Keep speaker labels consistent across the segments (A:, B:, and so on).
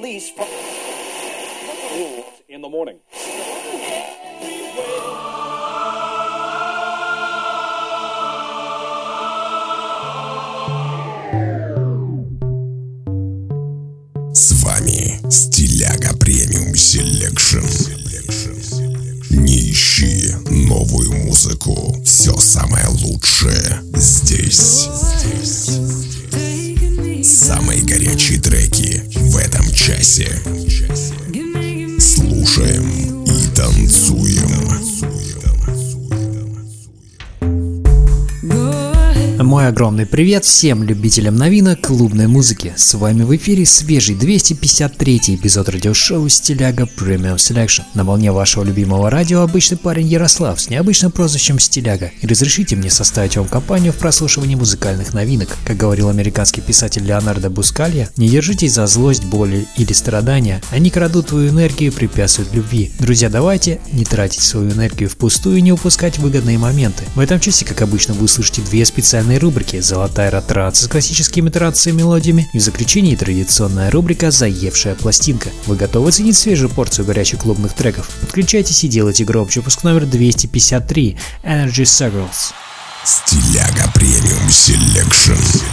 A: release from in the morning.
B: С вами Стиляга Премиум Селекшн. Не ищи новую музыку. Все самое лучшее здесь. Самые горячие треки в этом часе. Слушаем и танцуем.
C: Мой огромный привет всем любителям новинок клубной музыки. С вами в эфире свежий 253-й эпизод радиошоу Стиляга Premium Selection. На волне вашего любимого радио обычный парень Ярослав с необычным прозвищем Стиляга. И разрешите мне составить вам компанию в прослушивании музыкальных новинок. Как говорил американский писатель Леонардо Бускалья, не держитесь за злость, боль или страдания. Они крадут твою энергию и препятствуют любви. Друзья, давайте не тратить свою энергию впустую и не упускать выгодные моменты. В этом часе, как обычно, вы услышите две специальные рубрики: «Золотая ротация» с классическими трансовыми мелодиями, и в заключении традиционная рубрика «Заевшая пластинка». Вы готовы ценить свежую порцию горячих клубных треков? Подключайтесь и делайте громче. Выпуск номер 253. Energy Circles.
B: Стиляга Премиум Селекшн.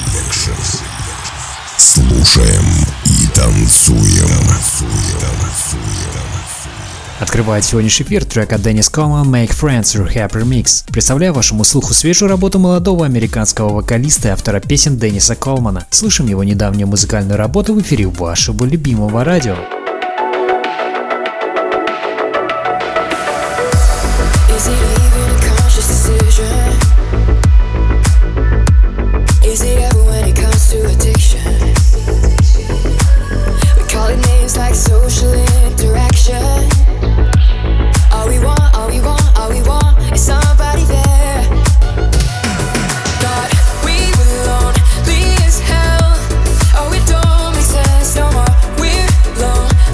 B: Слушаем и танцуем.
C: Открывает сегодняшний эфир трек от Деннис Колман «Make Friends Rehab Remix». Представляю вашему слуху свежую работу молодого американского вокалиста и автора песен Денниса Колмана. Слушаем его недавнюю музыкальную работу в эфире вашего любимого радио.
D: All we want is somebody there. Thought we were lonely as hell. Oh, it don't make sense no more. We're lonely.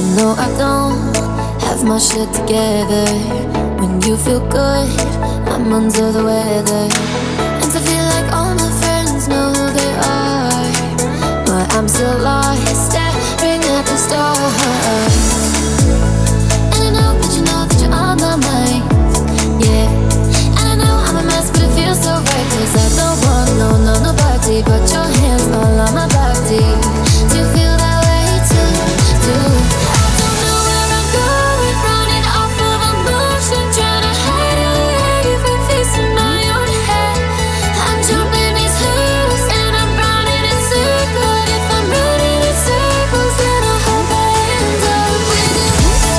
D: know I don't have my shit together. When you feel good, I'm under the weather. And to feel like all my friends know who they are, but I'm still lost, staring at the stars. And I know that you know that you're on my mind, yeah. And I know I'm a mess, but it feels so right. Cause I don't want nobody but your hands all on my body. Do you feel that way too? I don't know where I'm going, running off of emotion, trying to hide away from facing my own head. I'm jumping these hoops and I'm running in circles. If I'm running in circles, then I hope I end up with you.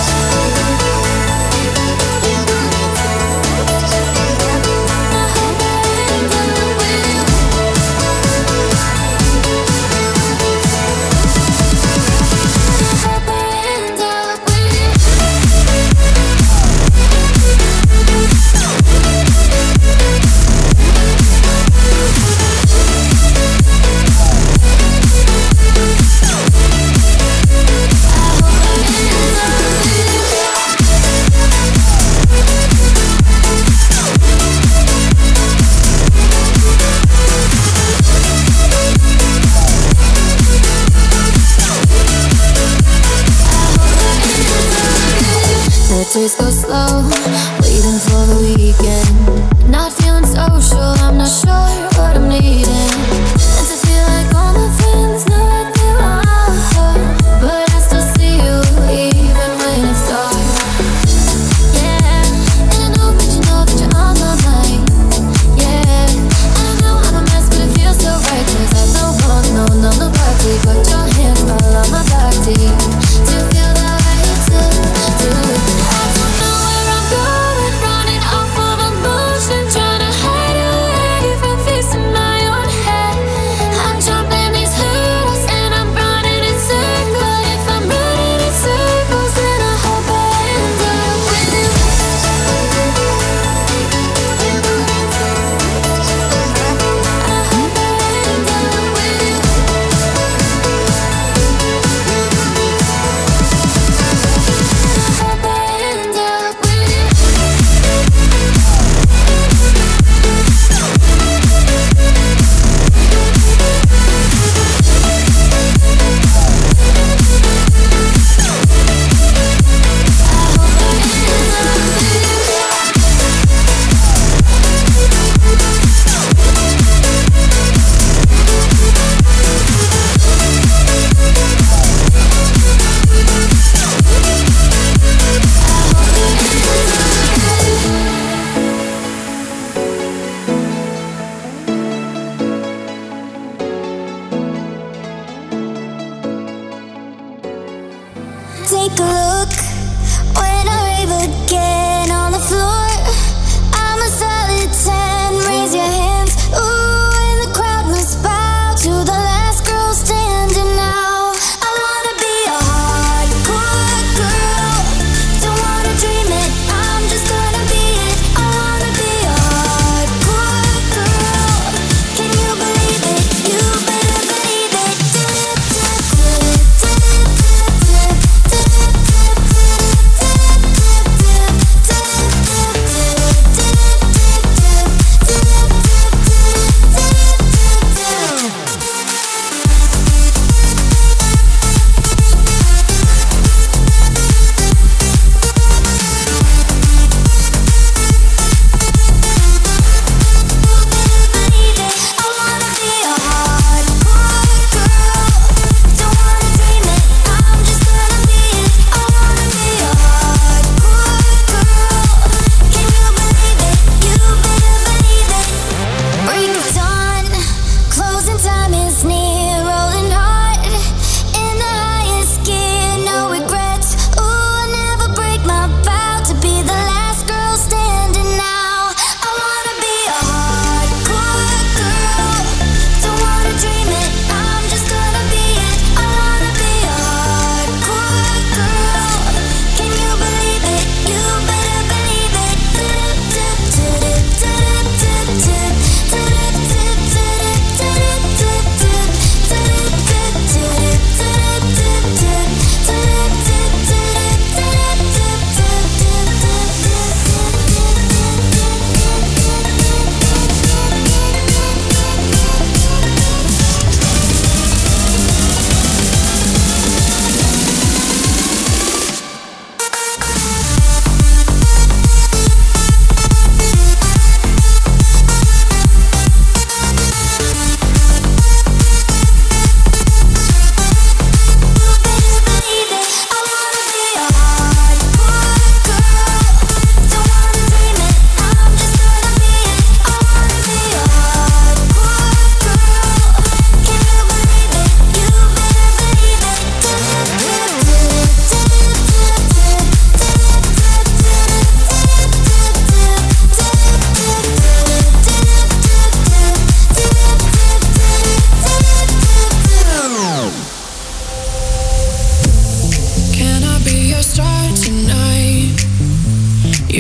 D: Days go slow, waiting for the weekend. Not feeling social, I'm not sure what I'm needing. And to feel like all my friends know what they want, but I still see you even when it's dark. Yeah, and I know that you're on my mind. Yeah, and I know I'm a mess, but it feels so right. Cause I don't want nobody but your hands all on my body. Do you feel that way too?
A: Take a look when I rave again on the floor. I'm a solid 10, raise your hands. Ooh, and the crowd must bow to the last girl standing now. I wanna be a hardcore girl, don't wanna dream it, I'm just gonna be it. I wanna be a hardcore girl, can you believe it? You better believe it.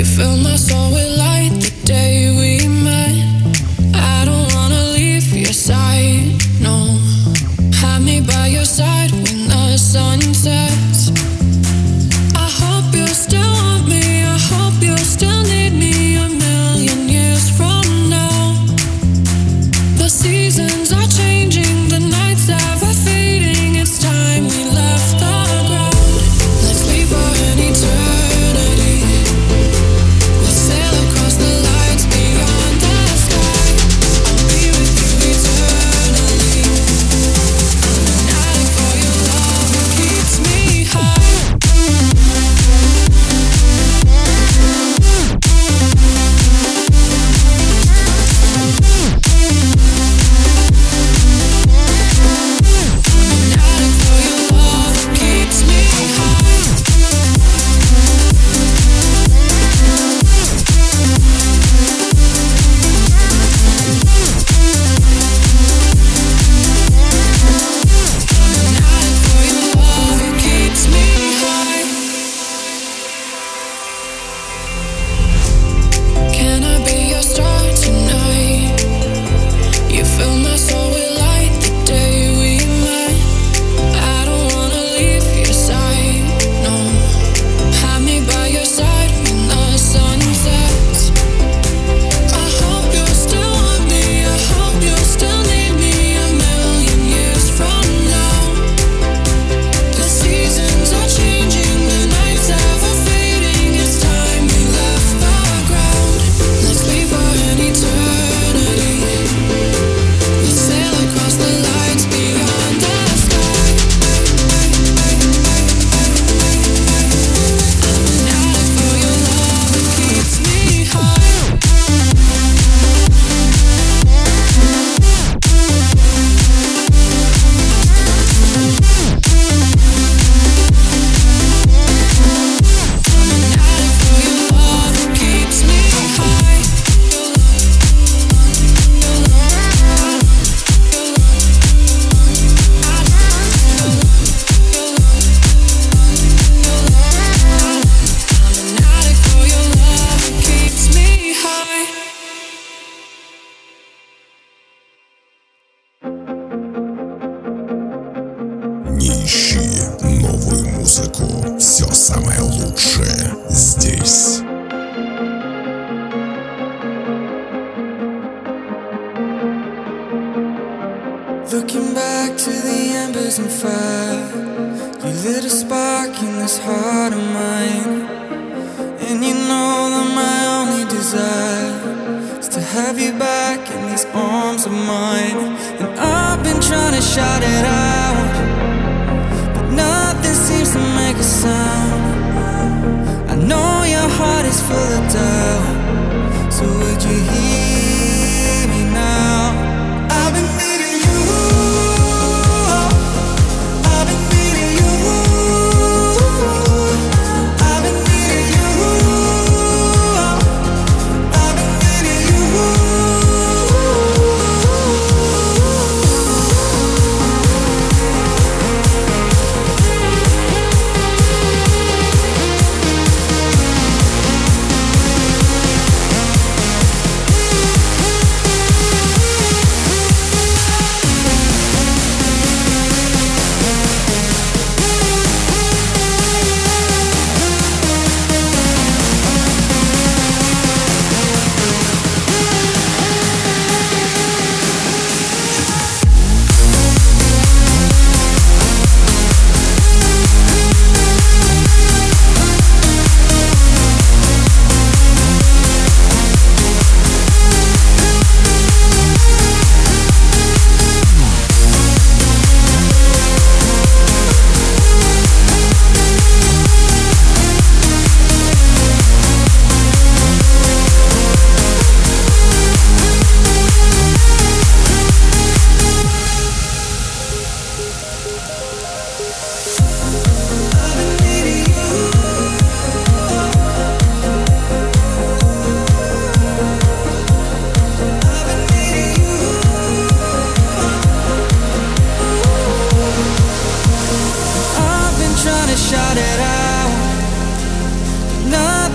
E: You fill my soul with light the day we met. I don't wanna leave your side, no. Have me by your side when the sun sets. I hope you still want me, I hope you still need me a million years from now. The seasons are changing, the nights ever fading. It's time we left the ground. Let's leave for an eternity. We'll sail across the lights beyond the sky. I'll be with you eternally. I'm an addict for your love, it keeps me high. Can I be your star tonight? You fill my soul with light the day we met. I don't wanna leave your side, no. Have me by your side when the sun sets. I hope you still want me, I hope you still need me a million years from now. The seasons are changing, the nights ever fading. It's time we left the ground. Let's leave for an eternity. We'll sail across the lights beyond the sky. I'm an addict for your love, it keeps me high. I'm an addict for your love, it keeps me high. I'm an addict for your love, it keeps me high.
B: Не ищи новую музыку. Все самое лучшее здесь.
F: Looking back to the embers and fire, you lit a spark in this heart of mine. And you know that my only desire is to have you back in these arms of mine. And I've been trying to shout it out, but nothing seems to make a sound. I know your heart is full of doubt, so would you hear me now? I've been needing you. I've been needing you. I've been needing you. I've been needing you.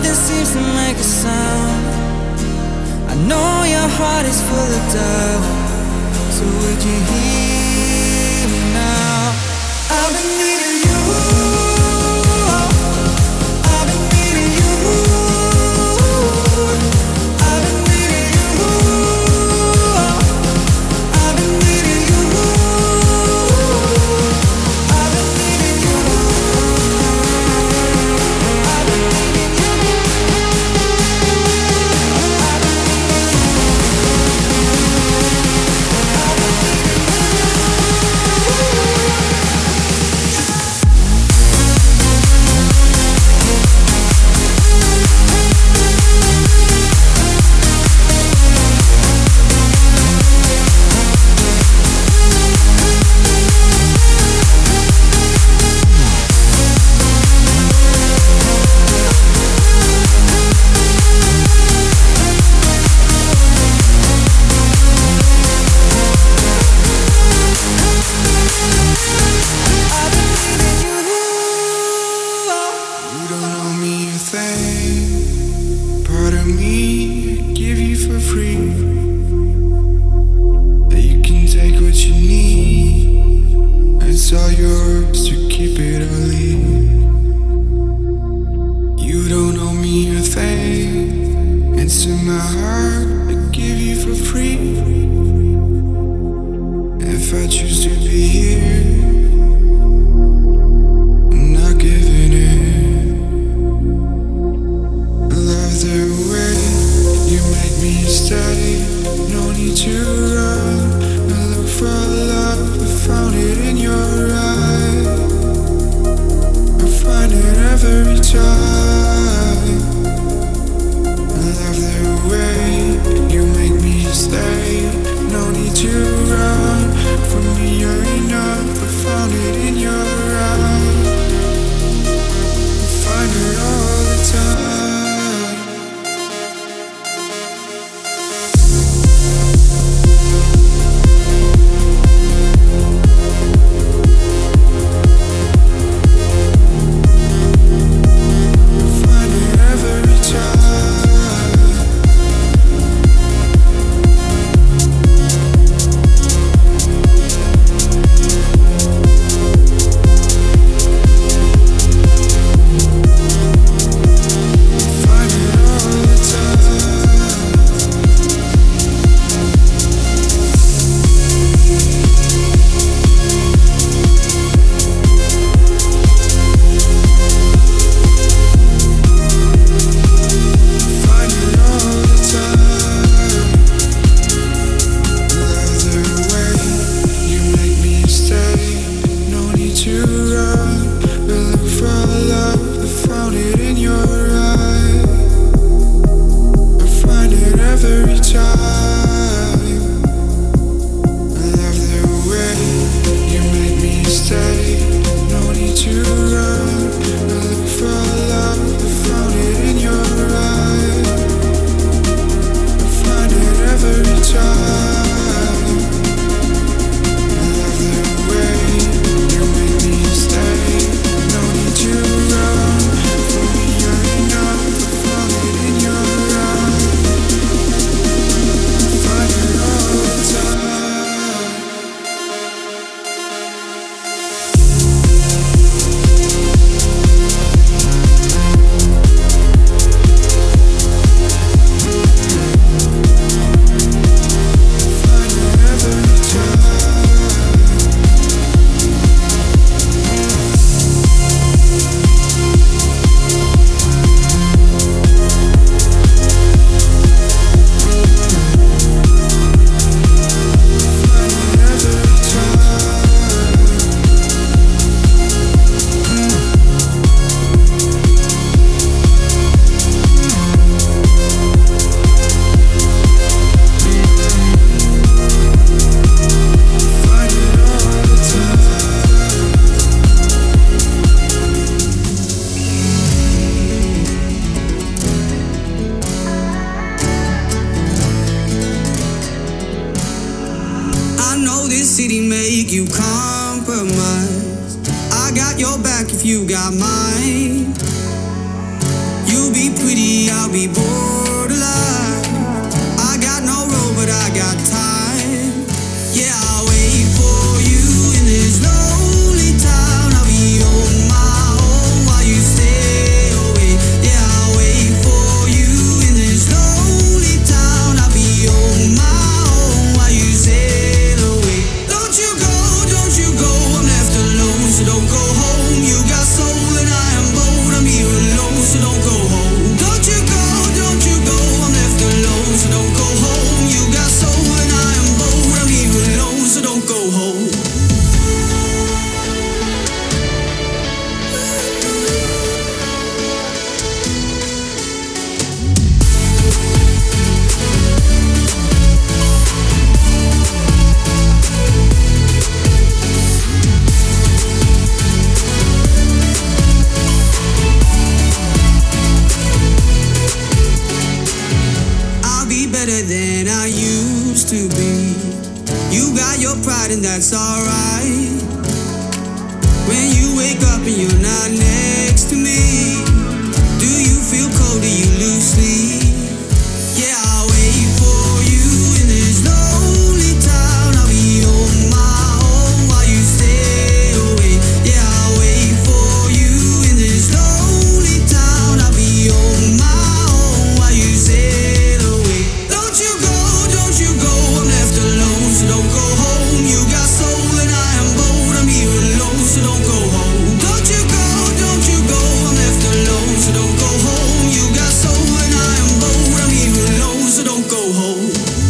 F: that seems to make a sound. I know your heart is full of doubt, so would you hear me now? I've been needing you. I've been needing you. I've been needing you. I've been needing you. I've been needing you. I've been needing you.
G: make you compromise. I got your back if you got mine. You'll be pretty and that's alright. When you wake up and you're not next to me, do you feel cold, do you lose sleep? Yeah, I'll wait for you in this lonely town. I'll be on my own while you stay away. Yeah, I'll wait for you in this lonely town. I'll be on my own while you sail away. Don't you go, I'm left alone, so don't go home. You got soul and I am bold, I'm here alone, so don't go home. Don't you go, I'm left alone, so don't go home. You got soul and I am bold, I'm here alone, so don't go home.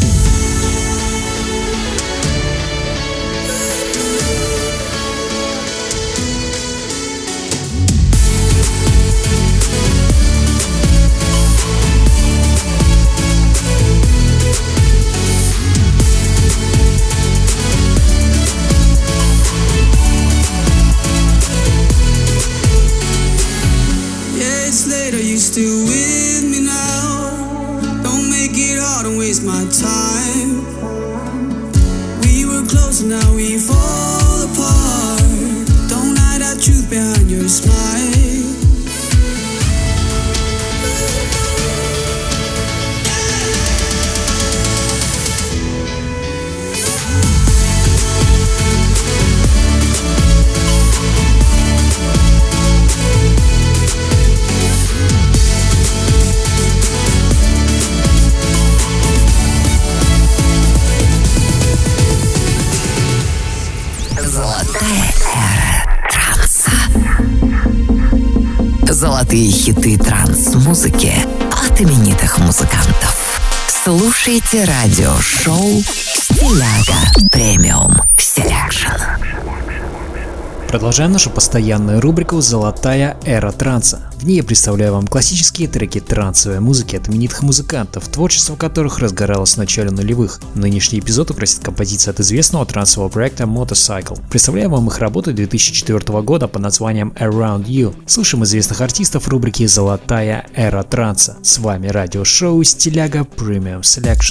G: Yeah, it's late, are you still with me now? Don't make it hard and waste my time. We were close and now we fall apart. Don't hide that truth behind your smile.
H: Золотые хиты транс-музыки от именитых музыкантов. Слушайте радиошоу «Стиляга Премиум Селекшн».
C: Продолжаем нашу постоянную рубрику «Золотая эра транса». В ней я представляю вам классические треки трансовой музыки от именитых музыкантов, творчество которых разгоралось в начале нулевых. Нынешний эпизод украсит композиция от известного трансового проекта Motorcycle. Представляю вам их работу 2004 года под названием Around You. Слушаем известных артистов в рубрике «Золотая эра транса». С вами радиошоу «Стиляга Премиум Селекшн».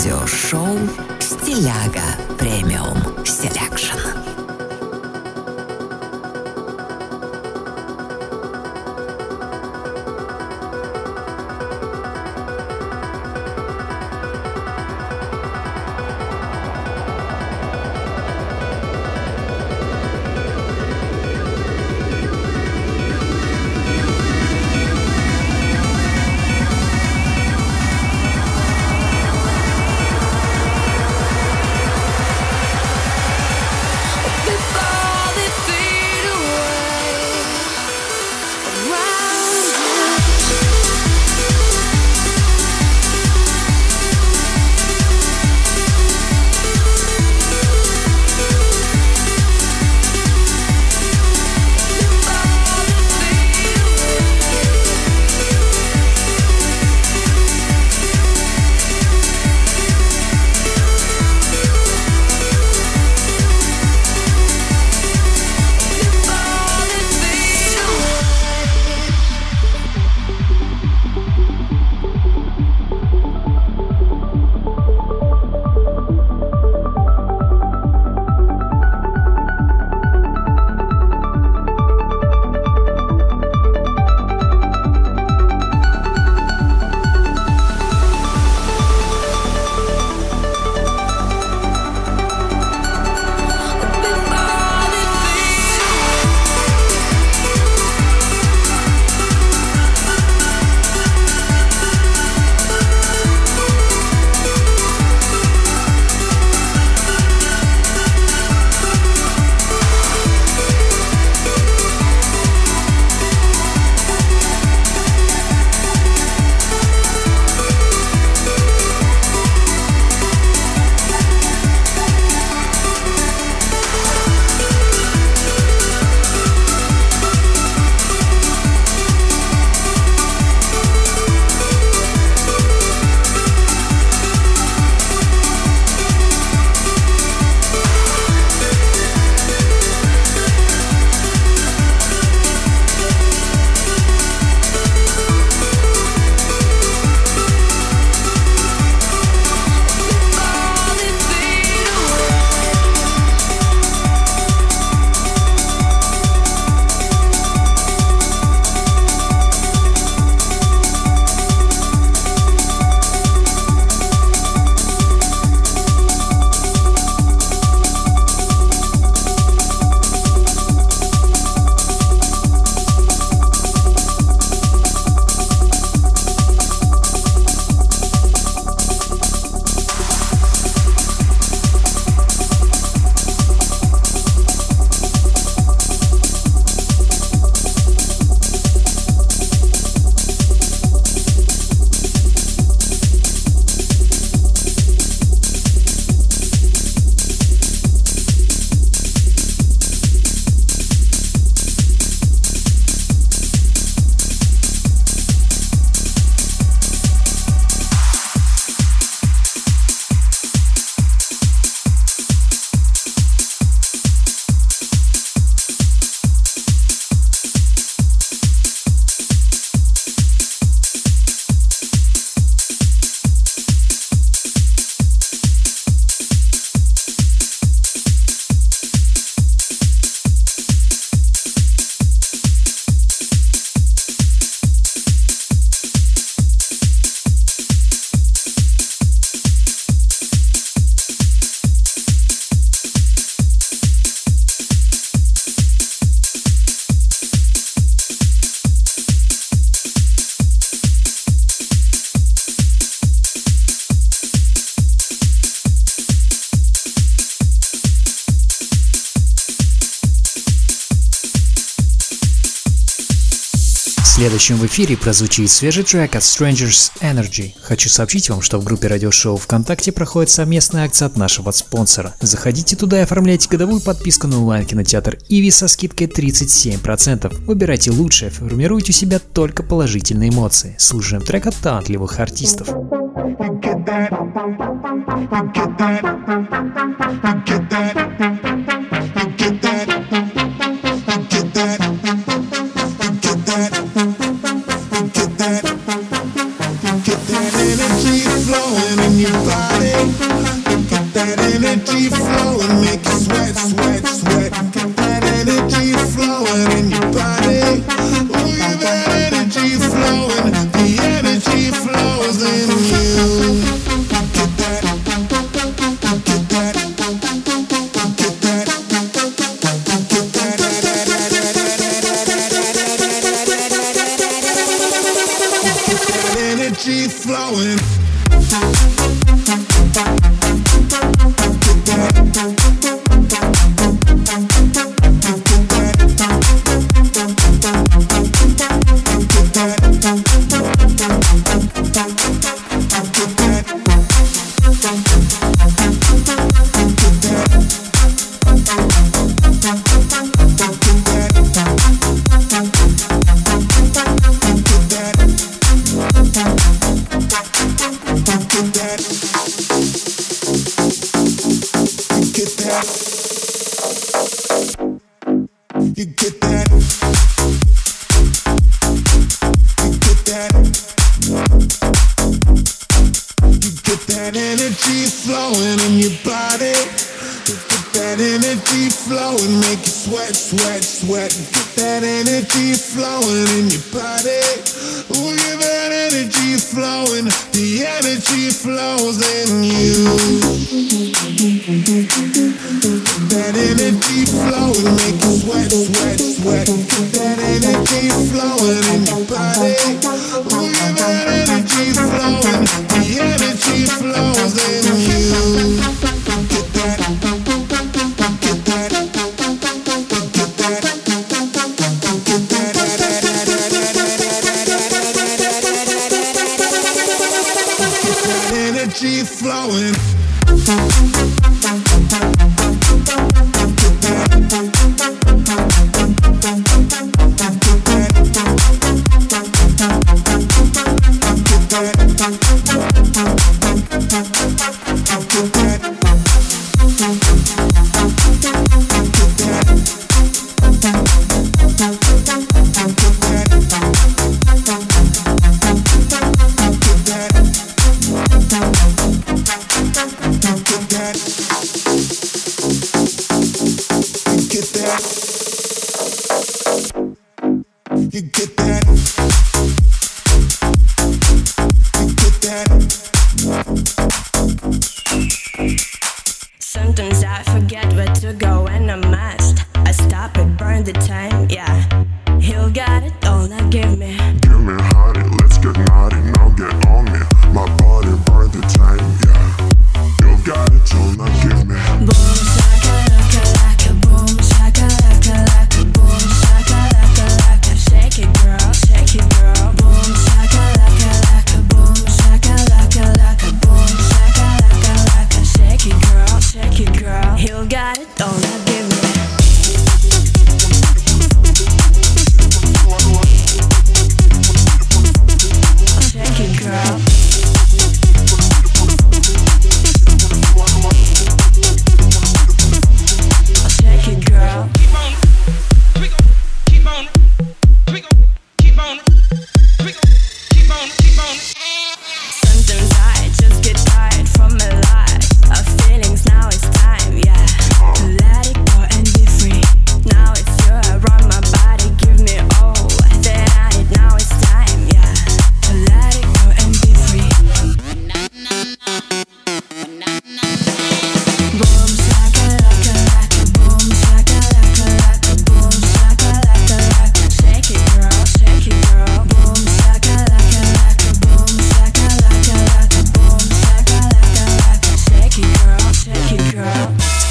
H: радиошоу «Стиляга Премиум Селекшн».
C: Следующим в эфире прозвучит свежий трек от Strangers Energy. Хочу сообщить вам, что в группе радиошоу ВКонтакте проходит совместная акция от нашего спонсора. Заходите туда и оформляйте годовую подписку на онлайн-кинотеатр Иви со скидкой 37%. Выбирайте лучшее, формируйте у себя только положительные эмоции. Слушаем трек от талантливых артистов.
I: Energy flowing in your body. Get that energy flowing, make you sweat, sweat, sweat. Get that energy flowing in your body. Oh, get that energy flowing. The energy flows in you. Get that, get that, get that, energy flowing. You get that. You get that. You get that energy flowing in your body. You get that energy flowing, make you sweat, sweat, sweat. Get that energy flowing in your body. Oh, get that energy flowing. The energy flows in you. That energy flowing, make you sweat, sweat, sweat. Get that energy flowing in your body. Oh, get that energy flowing. The energy flows in you. Get that, get that, get that, get that energy flowing. You get that. You get that.
J: Sometimes I forget where to go when I must. I stop it, burn the time, yeah. He'll got it all, now give me.
B: Give me hottie, let's get naughty, now get on me. My body burn the time, yeah. You got it all, now give me.
J: Boom shakalaka laka, boom shakalaka laka, boom shakalaka laka. Shake it, girl, shake it, girl. Boom shakalaka laka, boom shakalaka laka, boom shakalaka laka. Shake it, girl, shake it, girl. He'll got it all, now give me. Shake it, girl. Shake it, girl. Sometimes I just get tired from my life. Of feelings, now it's time, yeah. To let it go and be free. Now it's you around my body, give me all that I need. Now it's time, yeah. To let it go and be free. Boom shakalaka laka, boom shakalaka laka, boom shakalaka laka. Shake it, girl, shake it, girl. Boom shakalaka laka, boom shakalaka laka, boom shakalaka laka. Shake it, girl, shake it, girl.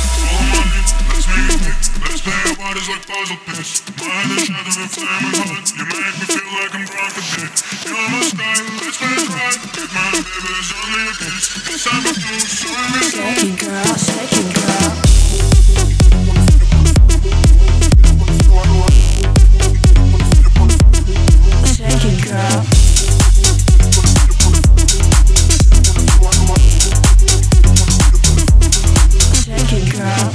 B: Let's play our bodies like puzzle pieces. Mind the shadow of flame and hot. You make me feel like I'm drunk again. You're my style, let's get it right. Get my baby, it's only a kiss. It's time to do, so I miss you.
J: Shake it, girl, shake it, girl. Shake it, girl. Shake it, girl.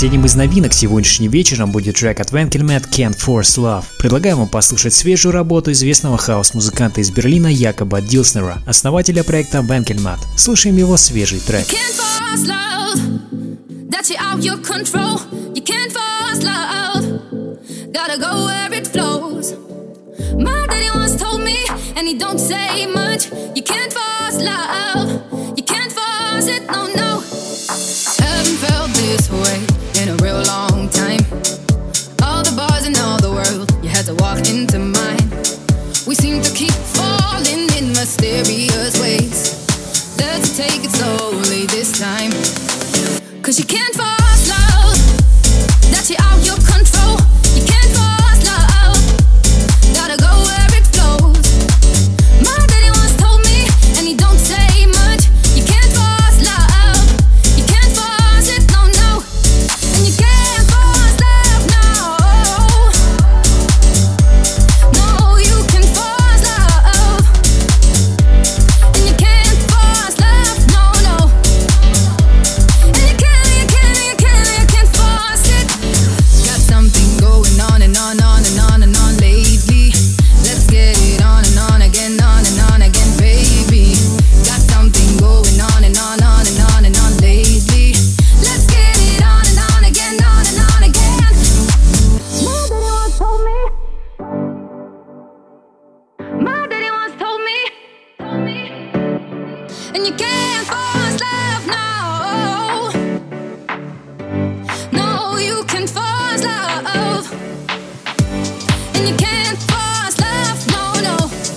C: Последним из новинок сегодняшним вечером будет трек от Wankelmat Can't Force Love. Предлагаем вам послушать свежую работу известного хаус-музыканта из Берлина Якоба Дилснера, основателя проекта Wankelmat. Слушаем его свежий трек.
E: This way in a real long time. All the bars in all the world, you had to walk into mine. We seem to keep falling in mysterious ways. Let's take it slowly this time. Cause you can't force love that you're out your control. You can't force love, gotta go where it flows. My daddy once told me, and he don't say much. You can't force love, you can't force it, no, no. And you can't force love, no. No, you can force love. And you can't force love, no, no. And you can't force it. Got something going on and on and on and on lately. Let's get it on and on again, baby. Got something going on and on and on and on lately. Let's get it on and on again, and on again. My daddy once told me. My daddy once told me. And you can't force love, no. No, you can force love. And you can't force love, no, no.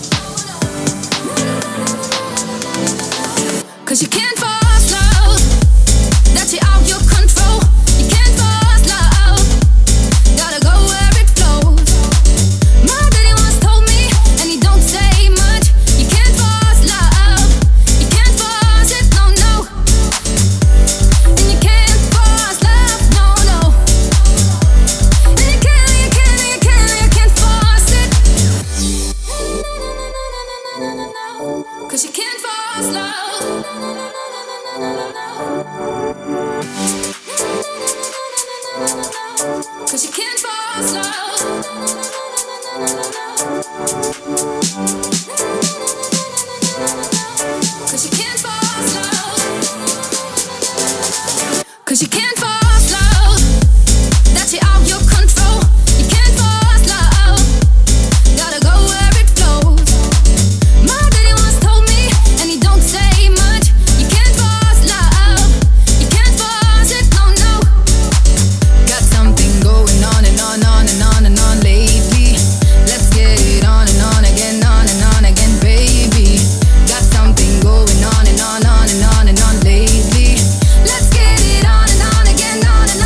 E: Cause you can't force love that you're out your control. You can't force love, gotta go where it flows. My daddy once told me, and he don't say much. You can't force love, you can't force it, no, no. And you can't force love, no, no. And you can't force it. Cause you can't force love. Cause you can't force love. Cause you can't force love. Cause you can't force love that you're out your control. You can't force love, gotta go where it flows. My daddy once told me, and he don't say much. You can't force love, you can't force it, no, no. Got something going on and on and on and on lately. Let's get it on and on again, baby. Got something going on and on and on lately. Let's get it on and on again,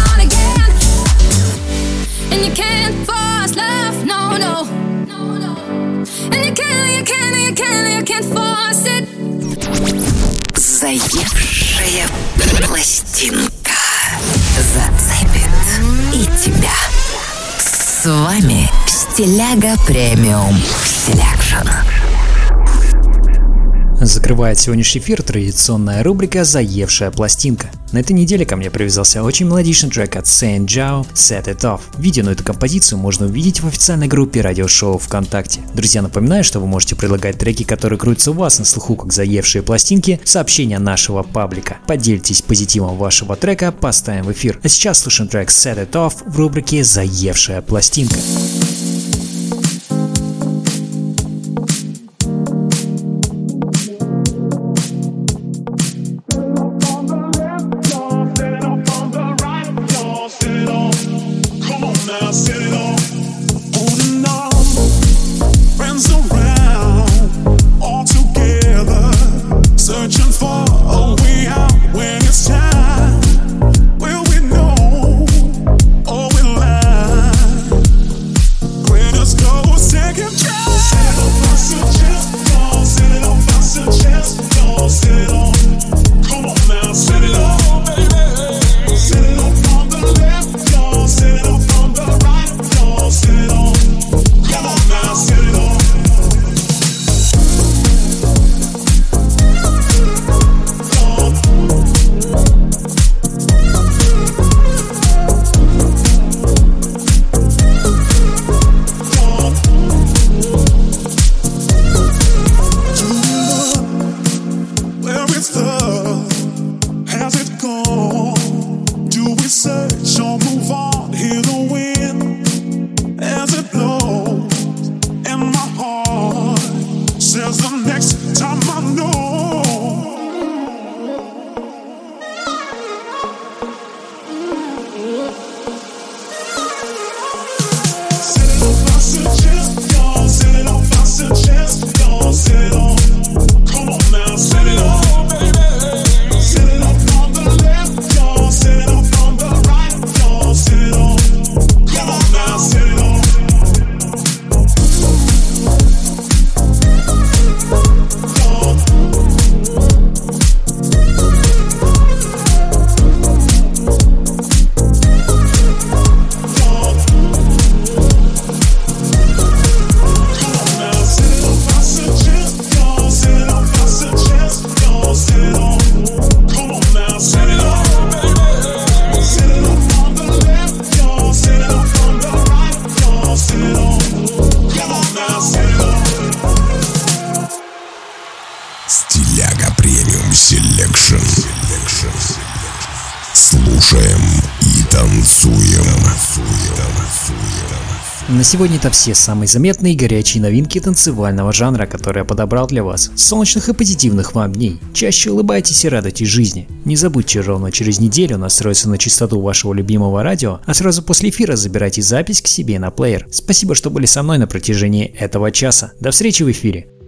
E: And you can't force love, no, no. And you can't force it.
H: Заевшая пластинка зацепит и тебя. С вами Стиляга Премиум Селекшн.
C: Закрывает сегодняшний эфир традиционная рубрика «Заевшая пластинка». На этой неделе ко мне привязался очень мелодичный трек от Saint Joe «Set It Off». Видео на эту композицию можно увидеть в официальной группе радиошоу ВКонтакте. Друзья, напоминаю, что вы можете предлагать треки, которые крутятся у вас на слуху как заевшие пластинки, в сообщения нашего паблика. Поделитесь позитивом вашего трека, поставим в эфир. А сейчас слушаем трек «Set It Off» в рубрике «Заевшая пластинка».
I: Set it off on the left, y'all. Set it off on the right.
K: Стиляга премиум селекшн. Слушаем и танцуем.
C: На сегодня это все самые заметные и горячие новинки танцевального жанра, которые я подобрал для вас. Солнечных и позитивных вам дней. Чаще улыбайтесь и радуйтесь жизни. Не забудьте, ровно через неделю настроиться на частоту вашего любимого радио, а сразу после эфира забирайте запись к себе на плеер. Спасибо, что были со мной на протяжении этого часа. До встречи в эфире.